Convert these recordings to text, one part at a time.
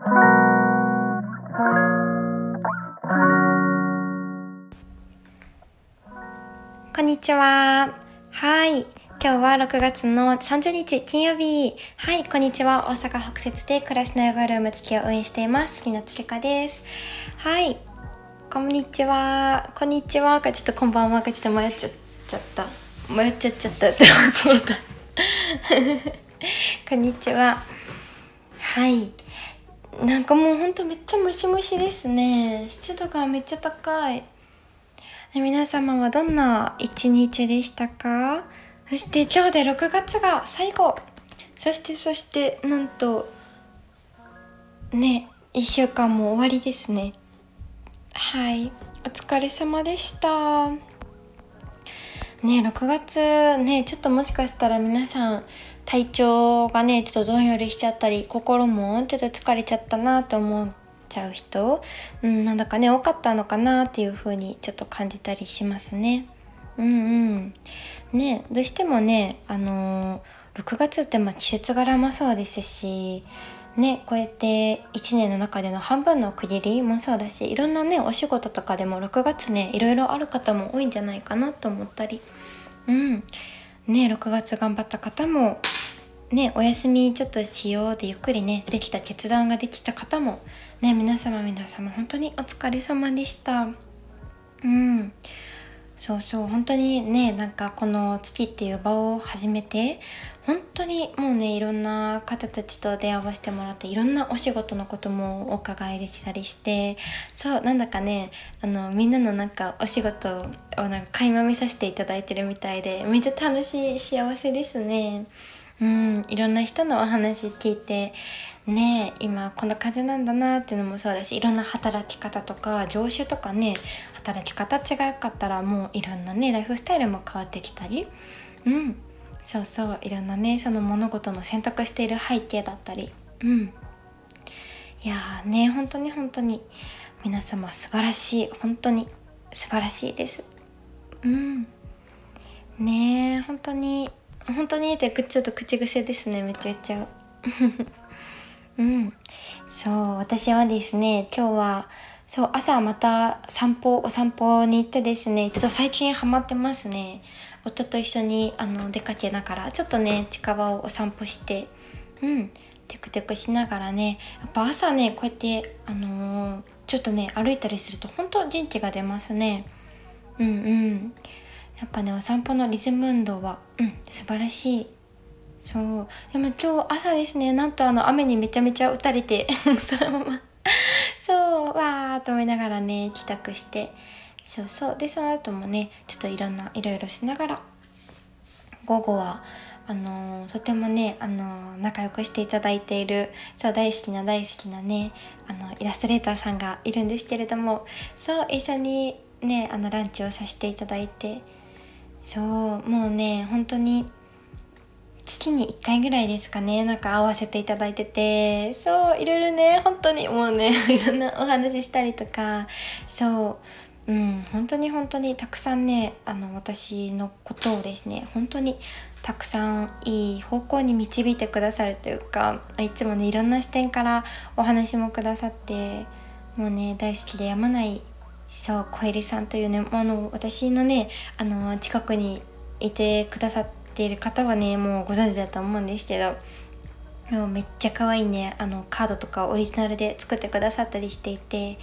こんにちは。はい。今日は6月の30日金曜日。はい。こんにちは。大阪北節で暮らしのヨガルーム月を運営しています。みなつきかです。はい。こんにちは。こんにちは。ちょっとこんばんは。ちょっと迷っちゃった。って間違えた。こんにちは。はい。なんかもうほんとめっちゃムシムシですね。湿度がめっちゃ高い。皆様はどんな一日でしたか？そして今日で6月が最後。そしてなんとね、1週間も終わりですね。はい、お疲れ様でした。ね、6月ね、ちょっともしかしたら皆さん体調がねちょっとどんよりしちゃったり、心もちょっと疲れちゃったなと思っちゃう人、なんだかね多かったのかなっていう風にちょっと感じたりしますね。ね、どうしてもね6月って季節柄もそうですしね、こうやって1年の中での半分の区切りもそうだし、いろんなねお仕事とかでも6月ねいろいろある方も多いんじゃないかなと思ったり、ね、6月頑張った方もね、お休みちょっとしようでゆっくりねできた決断ができた方もね、皆様本当にお疲れ様でした。そう本当にね、なんかこの月っていう場を始めて本当にもうねいろんな方たちと出会わせてもらって、いろんなお仕事のこともお伺いできたりして、そうなんだかねみんなのなんかお仕事をなんか垣間見させていただいてるみたいで、めっちゃ楽しい幸せですね。いろんな人のお話聞いてね、今こんな感じなんだなっていうのもそうだし、いろんな働き方とか業種とかね、働き方違かったらもういろんなねライフスタイルも変わってきたり、そういろんなねその物事の選択している背景だったり、いやーね、本当に皆様素晴らしい、本当に素晴らしいです。ねえ、本当にってちょっと口癖ですね、めちゃめちゃそう私はですね、今日はそう朝またお散歩に行ってですね、ちょっと最近ハマってますね。夫と一緒に出かけながらちょっとね近場をお散歩して、テクテクしながらね、やっぱ朝ねこうやってちょっとね歩いたりすると本当元気が出ますね。やっぱねお散歩のリズム運動は素晴らしい。そうでも今日朝ですね、なんと雨にめちゃめちゃ打たれてそのままそうわーと思いながらね帰宅して、そうでその後もねちょっといろいろしながら、午後はとてもね仲良くしていただいている大好きなねイラストレーターさんがいるんですけれども、そう一緒にねランチをさせていただいて、そうもうね本当に月に1回ぐらいですかね、なんか会わせていただいてて、そういろいろね本当にもうねいろんなお話ししたりとか、本当にたくさんね私のことをですね本当にたくさんいい方向に導いてくださるというか、いつもねいろんな視点からお話もくださって、もうね大好きでやまない、小入さんというね私のね近くにいてくださっている方はねもうご存知だと思うんですけど、もうめっちゃ可愛いねカードとかオリジナルで作ってくださったりしていて、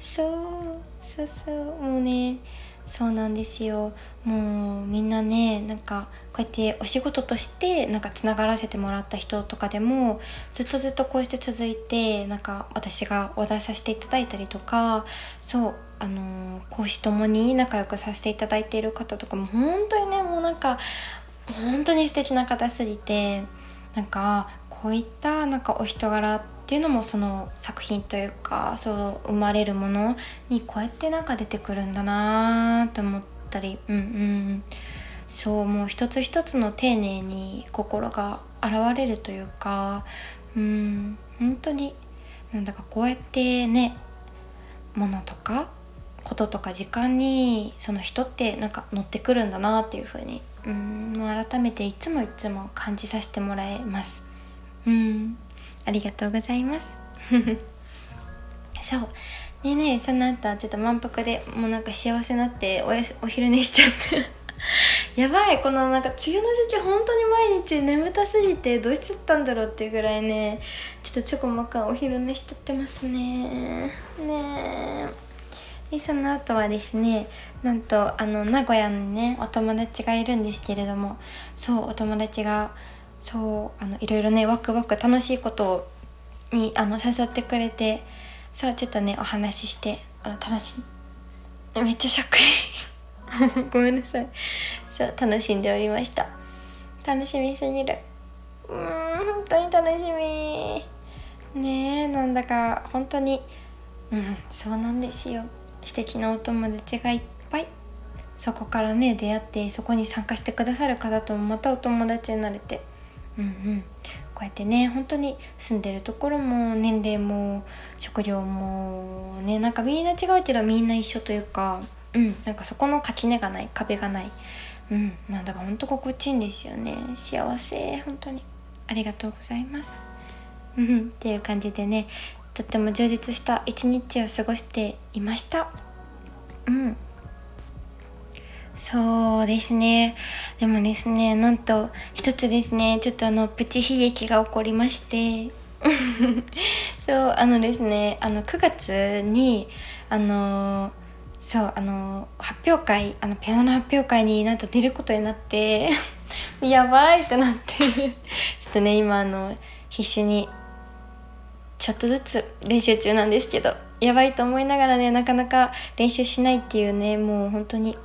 もうねそうなんですよ。もうみんなねなんかこうやってお仕事としてなんかつながらせてもらった人とかでもずっとこうして続いて、なんか私がお題させていただいたりとか、講師ともに仲良くさせていただいている方とかも本当にねもうなんか本当に素敵な方すぎて、なんかこういったなんかお人柄っていうのもその作品というかそう生まれるものにこうやってなんか出てくるんだなと思ったり、そうもう一つ一つの丁寧に心が現れるというか、本当になんだかこうやってねものとかこととか時間にその人ってなんか乗ってくるんだなっていう風にもう改めていつも感じさせてもらえます。ありがとうございます。 そうでね、その後ちょっと満腹でもうなんか幸せになってお昼寝しちゃってやばい、このなんか梅雨の時期本当に毎日眠たすぎてどうしちゃったんだろうっていうぐらいね、ちょっとちょこまかお昼寝しちゃってますね。でその後はですね、なんと名古屋にねお友達がいるんですけれども、そうお友達がそういろいろねワクワク楽しいことに誘ってくれて、そうちょっとねお話しして楽しい、めっちゃしゃっくりごめんなさい。そう楽しんでおりました。楽しみすぎる。本当に楽しみね。なんだか本当にそうなんですよ。素敵なお友達がいっぱい、そこからね出会って、そこに参加してくださる方ともまたお友達になれて、こうやってね本当に住んでるところも年齢も職業もね、なんかみんな違うけどみんな一緒というか、なんかそこの垣根がない、壁がない、なんだか本当心地いいんですよね。幸せ、本当にありがとうございますっていう感じでね、とっても充実した一日を過ごしていました。そうですね。でもですね、なんと一つですね、ちょっとプチ悲劇が起こりましてそうですね、9月にそう発表会、ピアノの発表会になんと出ることになってやばいってなってちょっとね今必死にちょっとずつ練習中なんですけど、やばいと思いながらねなかなか練習しないっていうね、もう本当に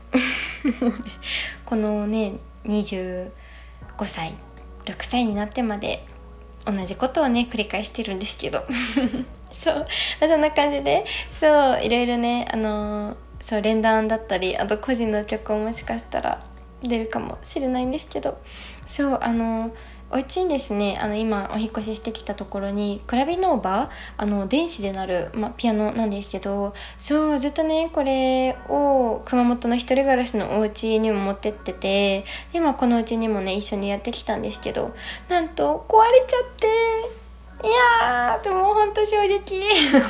このね25歳6歳になってまで同じことをね繰り返してるんですけどそうそんな感じで、そういろいろねそう連弾だったり、あと個人の曲をもしかしたら出るかもしれないんですけど、そうお家にですね今お引越ししてきたところにクラビノーバ電子で鳴る、ピアノなんですけど、そうずっとねこれを熊本の一人暮らしのお家にも持ってってて、今このうちにもね一緒にやってきたんですけど、なんと壊れちゃって、いやーでもほんと衝撃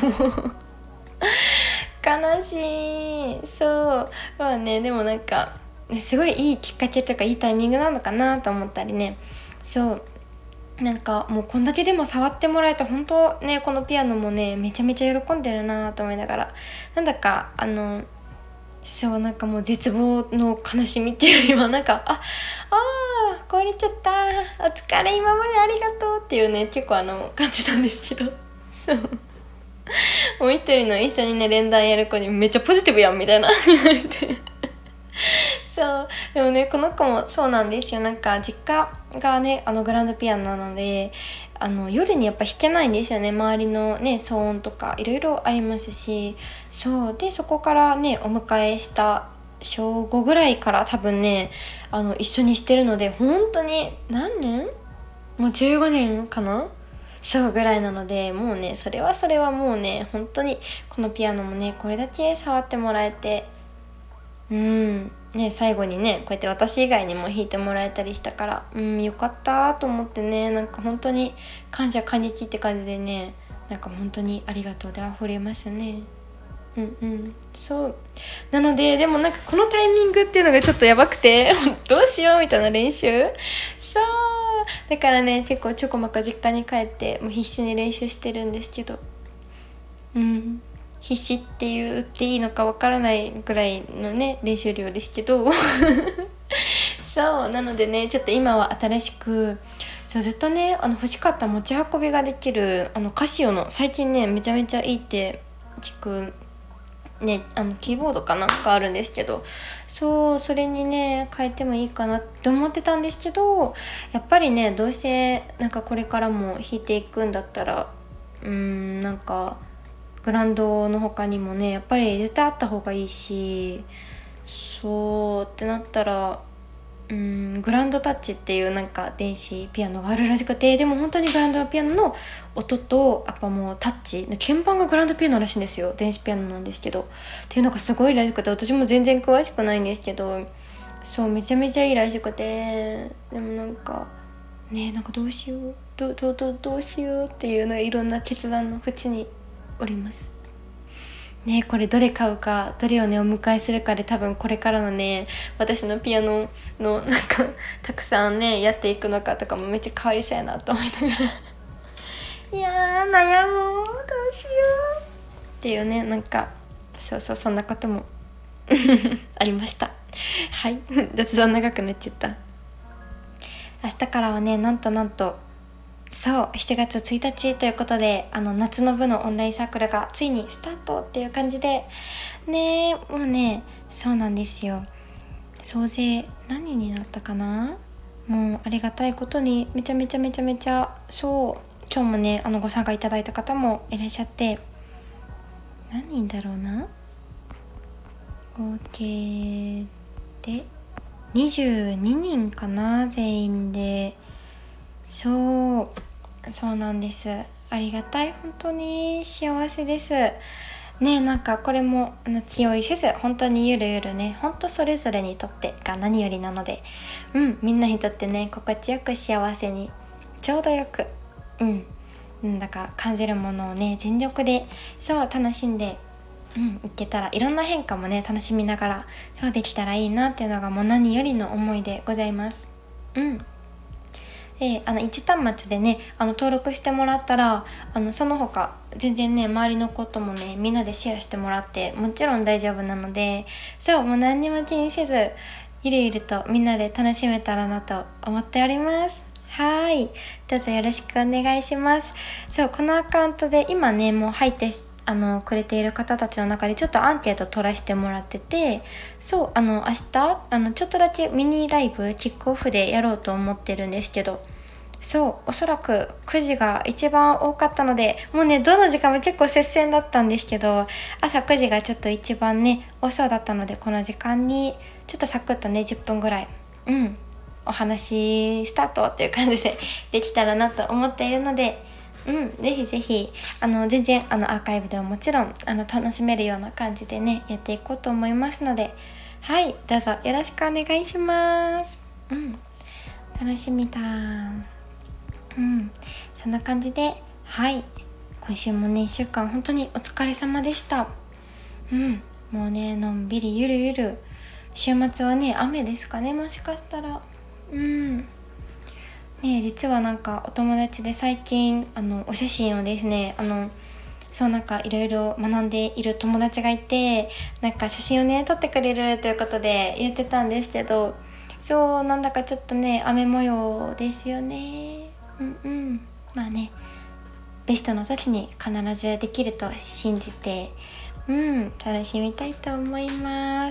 悲しい。そうでもなんかすごいいいきっかけというかいいタイミングなのかなと思ったりね、そうなんかもうこんだけでも触ってもらえた本当ね、このピアノもねめちゃめちゃ喜んでるなと思いながら、なんだかそうなんかもう絶望の悲しみっていうよりはなんか壊れちゃった、お疲れ今までありがとうっていうね結構感じなんですけど、そうもう一人の一緒にね連弾やる子にめっちゃポジティブやんみたいな言われてそうでもねこの子もそうなんですよ。なんか実家がねグランドピアノなので夜にやっぱ弾けないんですよね。周りのね騒音とかいろいろありますし、そうでそこからねお迎えした小5ぐらいから多分ね一緒にしてるので、本当に何年もう15年かな、そうぐらいなので、もうねそれはもうね本当にこのピアノもねこれだけ触ってもらえて最後にねこうやって私以外にも弾いてもらえたりしたからよかったと思ってね、なんか本当に感謝感激って感じでね、なんか本当にありがとうで溢れますね。そうなので、でもなんかこのタイミングっていうのがちょっとやばくてどうしようみたいな練習、そうだからね結構ちょこまか実家に帰ってもう必死に練習してるんですけど、必死って言っていいのかわからないぐらいのね練習量ですけどそうなのでねちょっと今は新しく、そうずっとね欲しかった持ち運びができるカシオの最近ねめちゃめちゃいいって聞くねキーボードかなんかあるんですけど、それにね変えてもいいかなって思ってたんですけど、やっぱりねどうせなんかこれからも弾いていくんだったらなんかグランドの他にもねやっぱり絶対あった方がいいし、そうってなったらグランドタッチっていうなんか電子ピアノがあるらしくて、でも本当にグランドピアノの音とやっぱもうタッチ鍵盤がグランドピアノらしいんですよ。電子ピアノなんですけどっていうのがすごいらしくて、私も全然詳しくないんですけど、そうめちゃめちゃいいらしくて、でもなんかねなんかどうしようどうしようっていうのがいろんな決断の縁におりますね。これどれ買うか、どれをねお迎えするかで多分これからのね私のピアノのなんかたくさんねやっていくのかとかもめっちゃ変わりそうやなと思いながらいやー悩もう、どうしようっていうね、なんかそんなこともありました。はい雑談長くなっちゃった。明日からはねなんとそう7月1日ということで夏の部のオンラインサークルがついにスタートっていう感じでね、もうねそうなんですよ。総勢何人になったかな。もうありがたいことにめちゃめちゃそう今日もねご参加いただいた方もいらっしゃって、何人だろうな、合計で22人かな、全員で。そうなんです。ありがたい、本当に幸せですね。なんかこれも気負いせず本当にゆるゆるね、本当それぞれにとってが何よりなので、みんなにとってね心地よく幸せにちょうどよくだから感じるものをね全力で楽しんでいけたら、いろんな変化もね楽しみながらできたらいいなっていうのがもう何よりの思いでございます。で一端末でね登録してもらったらその他全然ね周りのこともねみんなでシェアしてもらってもちろん大丈夫なので、もう何にも気にせずゆるゆるとみんなで楽しめたらなと思っております。はい、どうぞよろしくお願いします。このアカウントで今ねもう入ってくれている方たちの中でちょっとアンケート取らせてもらってて、明日ちょっとだけミニライブキックオフでやろうと思ってるんですけど、おそらく9時が一番多かったので、もうねどの時間も結構接戦だったんですけど、朝9時がちょっと一番ね多そうだったので、この時間にちょっとサクッとね10分ぐらいお話スタートっていう感じでできたらなと思っているので、ぜひ全然アーカイブでももちろん楽しめるような感じでねやっていこうと思いますので、はいどうぞよろしくお願いします。楽しみだ。そんな感じで今週もね1週間本当にお疲れ様でした。もうねのんびりゆるゆる、週末はね雨ですかね、もしかしたら。実はなんかお友達で最近お写真をですねなんかいろいろ学んでいる友達がいて、なんか写真をね撮ってくれるということで言ってたんですけど、なんだかちょっとね雨模様ですよね。まあねベストの時に必ずできると信じて楽しみたいと思います。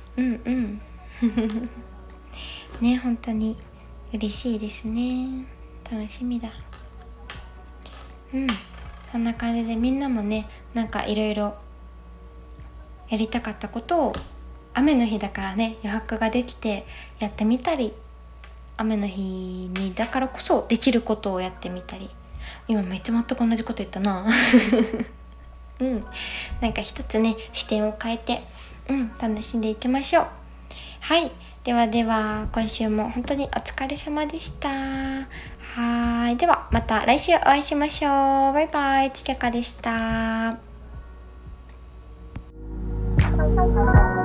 ね本当に嬉しいですね。楽しみだ。そんな感じでみんなもねなんかいろいろやりたかったことを雨の日だからね余白ができてやってみたり、雨の日にだからこそできることをやってみたり、今めっちゃ全く同じこと言ったななんか一つね視点を変えて楽しんでいきましょう。では今週も本当にお疲れ様でした。ではまた来週お会いしましょう。バイバイ、ちきゃかでした。